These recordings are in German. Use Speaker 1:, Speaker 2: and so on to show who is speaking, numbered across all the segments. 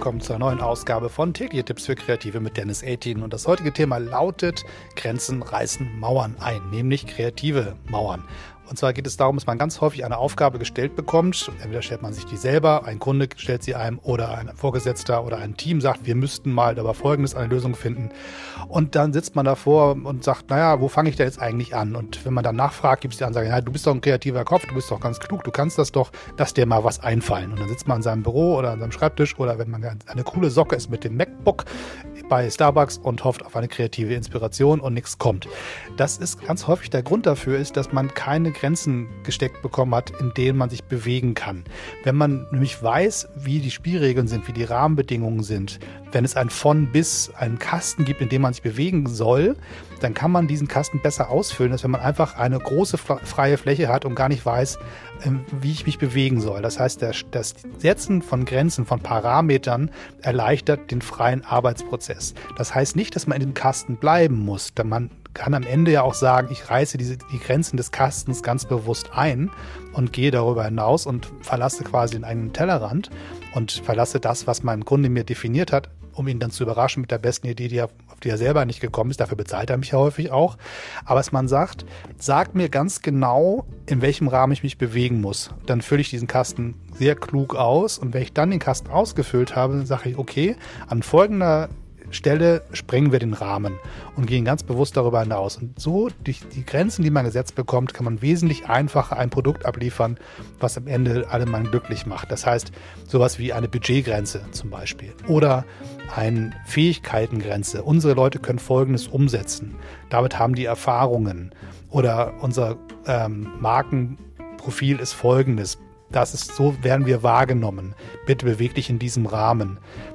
Speaker 1: willkommen zur neuen Ausgabe von Tägliche Tipps für Kreative mit Dennis 18. Und das heutige Thema lautet: Grenzen reißen Mauern ein, nämlich kreative Mauern. Und zwar geht es darum, dass man ganz häufig eine Aufgabe gestellt bekommt. Entweder stellt man sich die selber, ein Kunde stellt sie einem oder ein Vorgesetzter oder ein Team sagt, wir müssten mal über Folgendes eine Lösung finden. Und dann sitzt man davor und sagt, naja, wo fange ich denn jetzt eigentlich an? Und wenn man dann nachfragt, gibt es die Ansage, ja, du bist doch ein kreativer Kopf, du bist doch ganz klug, du kannst das doch, lass dir mal was einfallen. Und dann sitzt man in seinem Büro oder an seinem Schreibtisch oder wenn man eine coole Socke ist mit dem MacBook bei Starbucks und hofft auf eine kreative Inspiration und nichts kommt. Das ist ganz häufig der Grund dafür ist, dass man keine Grenzen gesteckt bekommen hat, in denen man sich bewegen kann. Wenn man nämlich weiß, wie die Spielregeln sind, wie die Rahmenbedingungen sind, wenn es ein von bis einen Kasten gibt, in dem man sich bewegen soll, dann kann man diesen Kasten besser ausfüllen, als wenn man einfach eine große freie Fläche hat und gar nicht weiß, wie ich mich bewegen soll. Das heißt, das Setzen von Grenzen, von Parametern erleichtert den freien Arbeitsprozess. Das heißt nicht, dass man in dem Kasten bleiben muss, denn man kann am Ende ja auch sagen, ich reiße die Grenzen des Kastens ganz bewusst ein und gehe darüber hinaus und verlasse quasi den eigenen Tellerrand und verlasse das, was mein Kunde mir definiert hat, um ihn dann zu überraschen mit der besten Idee, auf die er selber nicht gekommen ist. Dafür bezahlt er mich ja häufig auch. Aber dass man sagt mir ganz genau, in welchem Rahmen ich mich bewegen muss. Dann fülle ich diesen Kasten sehr klug aus und wenn ich dann den Kasten ausgefüllt habe, dann sage ich, okay, an folgender Stelle sprengen wir den Rahmen und gehen ganz bewusst darüber hinaus. Und so durch die Grenzen, die man gesetzt bekommt, kann man wesentlich einfacher ein Produkt abliefern, was am Ende alle Mann glücklich macht. Das heißt, sowas wie eine Budgetgrenze zum Beispiel oder eine Fähigkeitengrenze. Unsere Leute können Folgendes umsetzen. Damit haben die Erfahrungen. Oder unser Markenprofil ist Folgendes. Das ist so, werden wir wahrgenommen. Bitte beweg dich in diesem Rahmen.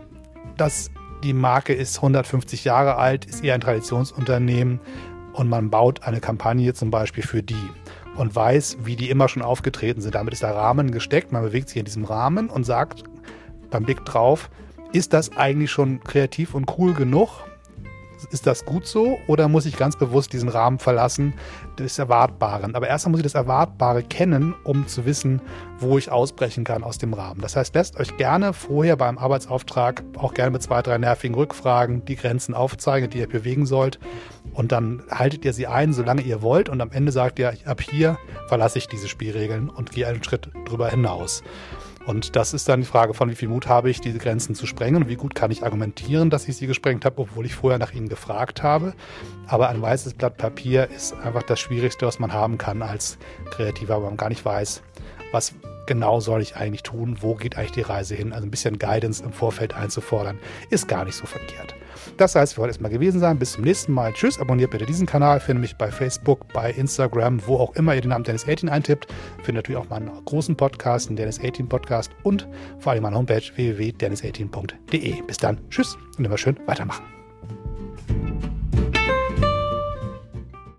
Speaker 1: Die Marke ist 150 Jahre alt, ist eher ein Traditionsunternehmen und man baut eine Kampagne zum Beispiel für die und weiß, wie die immer schon aufgetreten sind. Damit ist der Rahmen gesteckt, man bewegt sich in diesem Rahmen und sagt beim Blick drauf, ist das eigentlich schon kreativ und cool genug? Ist das gut so oder muss ich ganz bewusst diesen Rahmen verlassen des Erwartbaren? Aber erstmal muss ich das Erwartbare kennen, um zu wissen, wo ich ausbrechen kann aus dem Rahmen. Das heißt, lasst euch gerne vorher beim Arbeitsauftrag, auch gerne mit 2, 3 nervigen Rückfragen, die Grenzen aufzeigen, die ihr bewegen sollt. Und dann haltet ihr sie ein, solange ihr wollt. Und am Ende sagt ihr, ab hier verlasse ich diese Spielregeln und gehe einen Schritt drüber hinaus. Und das ist dann die Frage von, wie viel Mut habe ich, diese Grenzen zu sprengen und wie gut kann ich argumentieren, dass ich sie gesprengt habe, obwohl ich vorher nach ihnen gefragt habe. Aber ein weißes Blatt Papier ist einfach das Schwierigste, was man haben kann als Kreativer, weil man gar nicht weiß, was genau soll ich eigentlich tun, wo geht eigentlich die Reise hin. Also ein bisschen Guidance im Vorfeld einzufordern, ist gar nicht so verkehrt. Das heißt, für heute erstmal gewesen sein. Bis zum nächsten Mal. Tschüss, abonniert bitte diesen Kanal. Findet mich bei Facebook, bei Instagram, wo auch immer ihr den Namen Dennis 18 eintippt. Findet natürlich auch meinen großen Podcast, den Dennis 18 Podcast und vor allem meine Homepage www.dennis18.de. Bis dann. Tschüss und immer schön weitermachen.